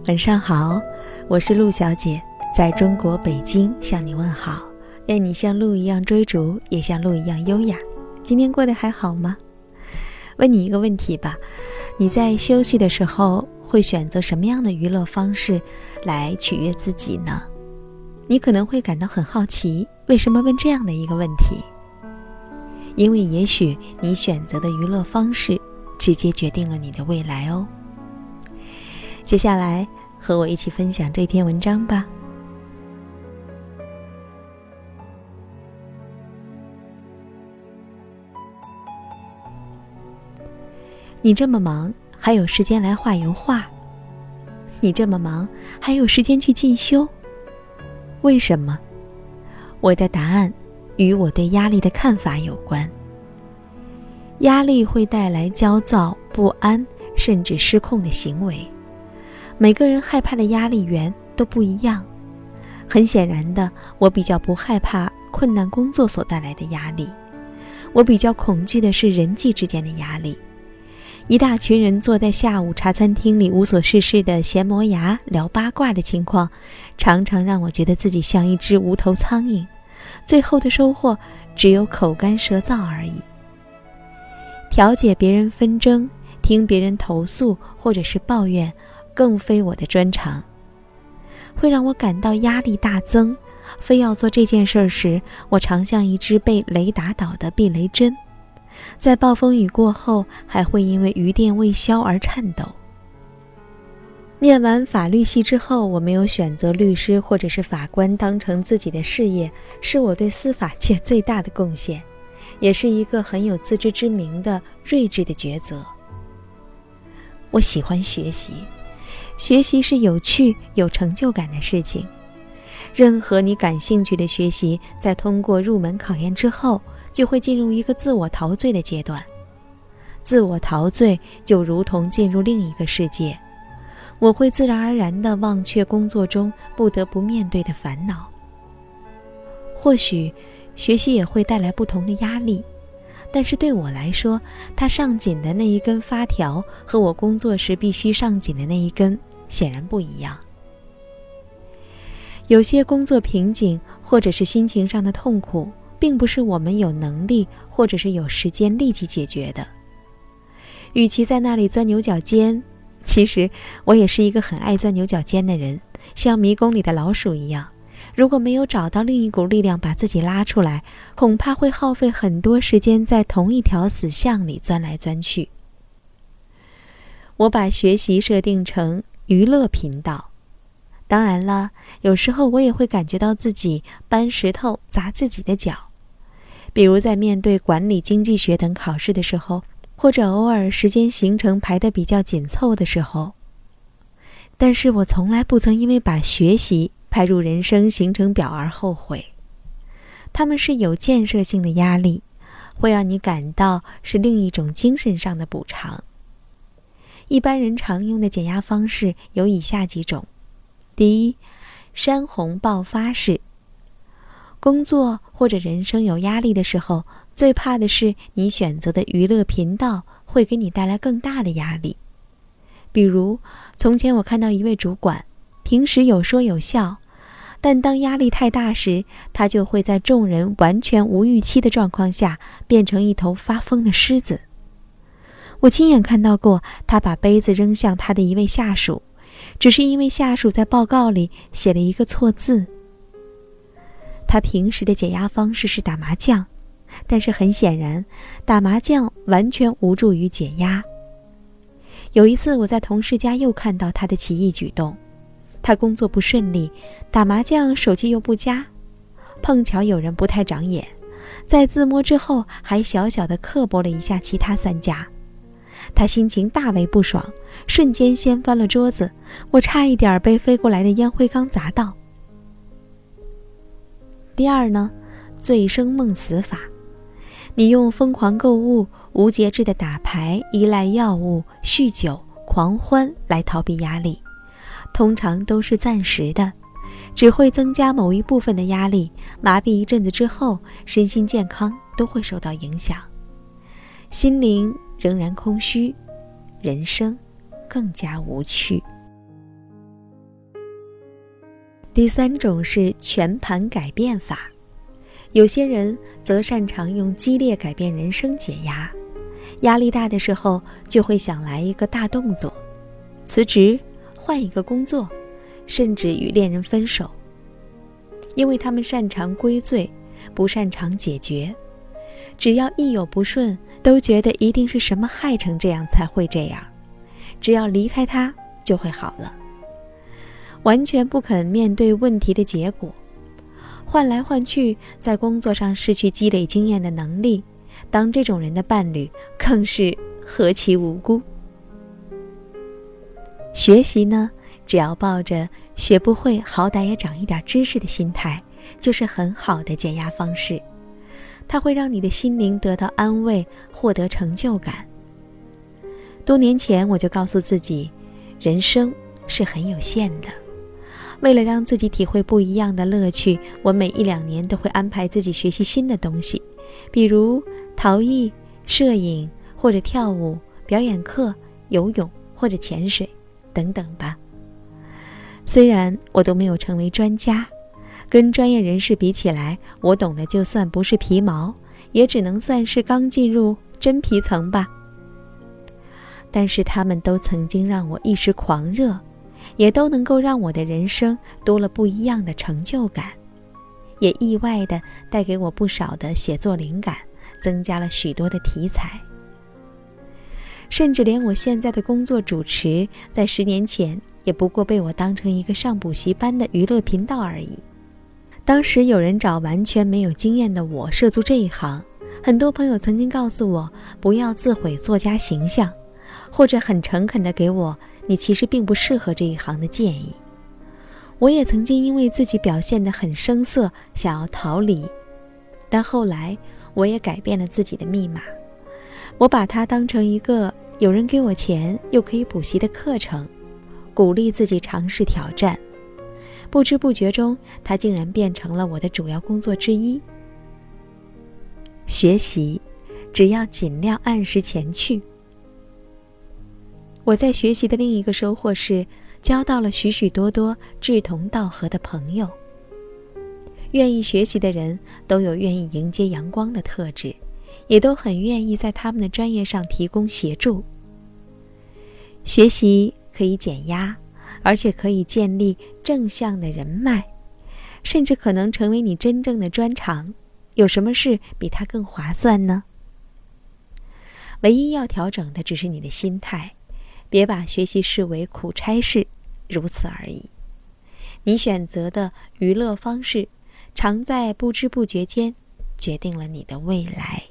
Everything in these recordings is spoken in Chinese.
晚上好，我是陆小姐，在中国北京向你问好。愿你像鹿一样追逐，也像鹿一样优雅。今天过得还好吗？问你一个问题吧，你在休息的时候会选择什么样的娱乐方式来取悦自己呢？你可能会感到很好奇，为什么问这样的一个问题？因为也许你选择的娱乐方式直接决定了你的未来哦。接下来和我一起分享这篇文章吧。你这么忙，还有时间来画油画？你这么忙，还有时间去进修？为什么？我的答案与我对压力的看法有关。压力会带来焦躁、不安，甚至失控的行为。每个人害怕的压力源都不一样。很显然的，我比较不害怕困难工作所带来的压力，我比较恐惧的是人际之间的压力。一大群人坐在下午茶餐厅里无所事事的闲磨牙聊八卦的情况，常常让我觉得自己像一只无头苍蝇，最后的收获只有口干舌燥而已。调解别人纷争，听别人投诉或者是抱怨，更非我的专长。会让我感到压力大增，非要做这件事时，我常像一只被雷打倒的避雷针，在暴风雨过后还会因为余电未消而颤抖。念完法律系之后，我没有选择律师或者是法官当成自己的事业，是我对司法界最大的贡献，也是一个很有自知之明的睿智的抉择。我喜欢学习，学习是有趣有成就感的事情。任何你感兴趣的学习，在通过入门考验之后，就会进入一个自我陶醉的阶段。自我陶醉就如同进入另一个世界，我会自然而然地忘却工作中不得不面对的烦恼。或许学习也会带来不同的压力，但是对我来说，它上紧的那一根发条和我工作时必须上紧的那一根显然不一样。有些工作瓶颈或者是心情上的痛苦，并不是我们有能力或者是有时间立即解决的。与其在那里钻牛角尖，其实我也是一个很爱钻牛角尖的人，像迷宫里的老鼠一样。如果没有找到另一股力量把自己拉出来，恐怕会耗费很多时间在同一条死巷里钻来钻去。我把学习设定成娱乐频道。当然了，有时候我也会感觉到自己搬石头砸自己的脚，比如在面对管理经济学等考试的时候，或者偶尔时间行程排得比较紧凑的时候。但是我从来不曾因为把学习排入人生行程表而后悔。它们是有建设性的压力，会让你感到是另一种精神上的补偿。一般人常用的减压方式有以下几种。第一，山洪爆发式。工作或者人生有压力的时候，最怕的是你选择的娱乐频道会给你带来更大的压力。比如，从前我看到一位主管，平时有说有笑，但当压力太大时，他就会在众人完全无预期的状况下，变成一头发疯的狮子。我亲眼看到过他把杯子扔向他的一位下属，只是因为下属在报告里写了一个错字。他平时的解压方式是打麻将，但是很显然，打麻将完全无助于解压。有一次我在同事家又看到他的奇异举动，他工作不顺利，打麻将手气又不佳，碰巧有人不太长眼，在自摸之后还小小地刻薄了一下其他3家。他心情大为不爽，瞬间掀翻了桌子，我差一点被飞过来的烟灰缸砸到。第二呢，醉生梦死法。你用疯狂购物、无节制的打牌、依赖药物、酗酒、狂欢来逃避压力，通常都是暂时的，只会增加某一部分的压力，麻痹一阵子之后，身心健康都会受到影响，心灵仍然空虚，人生更加无趣。 第3种是全盘改变法。有些人则擅长用激烈改变人生解压，压力大的时候就会想来一个大动作，辞职，换一个工作，甚至与恋人分手。因为他们擅长归罪，不擅长解决，只要一有不顺，都觉得一定是什么害成这样才会这样，只要离开他就会好了，完全不肯面对问题的结果，换来换去，在工作上失去积累经验的能力，当这种人的伴侣更是何其无辜。学习呢，只要抱着学不会好歹也长一点知识的心态，就是很好的减压方式。它会让你的心灵得到安慰，获得成就感。多年前我就告诉自己，人生是很有限的，为了让自己体会不一样的乐趣，我每1-2年都会安排自己学习新的东西，比如陶艺、摄影，或者跳舞、表演课、游泳或者潜水等等吧。虽然我都没有成为专家，跟专业人士比起来，我懂的就算不是皮毛，也只能算是刚进入真皮层吧。但是他们都曾经让我一时狂热，也都能够让我的人生多了不一样的成就感，也意外地带给我不少的写作灵感，增加了许多的题材。甚至连我现在的工作主持，在10年前也不过被我当成一个上补习班的娱乐频道而已。当时有人找完全没有经验的我涉足这一行，很多朋友曾经告诉我不要自毁作家形象，或者很诚恳地给我你其实并不适合这一行的建议。我也曾经因为自己表现得很生涩，想要逃离，但后来我也改变了自己的密码，我把它当成一个有人给我钱又可以补习的课程，鼓励自己尝试挑战。不知不觉中，它竟然变成了我的主要工作之一。学习，只要尽量按时前去。我在学习的另一个收获是，交到了许许多多志同道合的朋友。愿意学习的人都有愿意迎接阳光的特质，也都很愿意在他们的专业上提供协助。学习可以减压，而且可以建立正向的人脉，甚至可能成为你真正的专长。有什么事比它更划算呢？唯一要调整的只是你的心态，别把学习视为苦差事，如此而已。你选择的娱乐方式，常在不知不觉间决定了你的未来。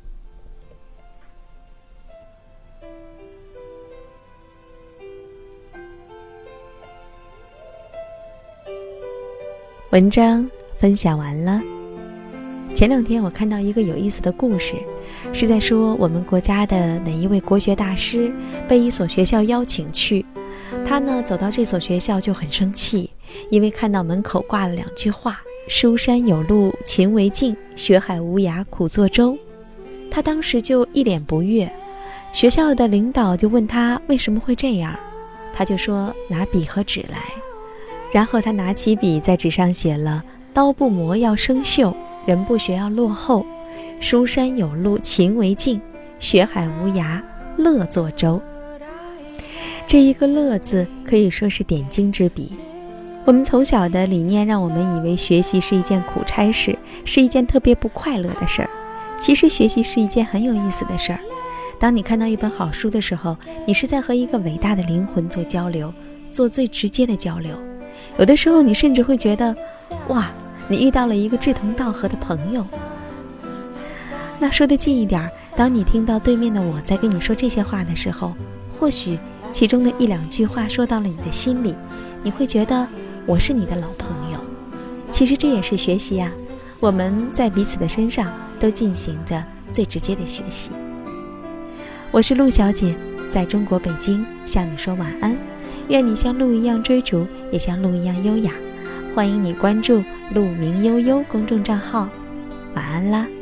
文章分享完了。前2天我看到一个有意思的故事，是在说我们国家的哪一位国学大师被一所学校邀请去，他呢走到这所学校就很生气，因为看到门口挂了2句话：书山有路勤为径，学海无涯苦作舟。他当时就一脸不悦，学校的领导就问他为什么会这样，他就说拿笔和纸来，然后他拿起笔在纸上写了：刀不磨要生锈，人不学要落后，书山有路勤为径，学海无涯乐作舟。这一个乐字可以说是点睛之笔。我们从小的理念让我们以为学习是一件苦差事，是一件特别不快乐的事儿。其实学习是一件很有意思的事儿。当你看到一本好书的时候，你是在和一个伟大的灵魂做交流，做最直接的交流。有的时候你甚至会觉得，哇，你遇到了一个志同道合的朋友。那说得近一点，当你听到对面的我在跟你说这些话的时候，或许其中的1-2句话说到了你的心里，你会觉得我是你的老朋友。其实这也是学习啊，我们在彼此的身上都进行着最直接的学习。我是陆小姐，在中国北京向你说晚安，愿你像鹿一样追逐，也像鹿一样优雅。欢迎你关注鹿鸣悠悠公众账号，晚安啦。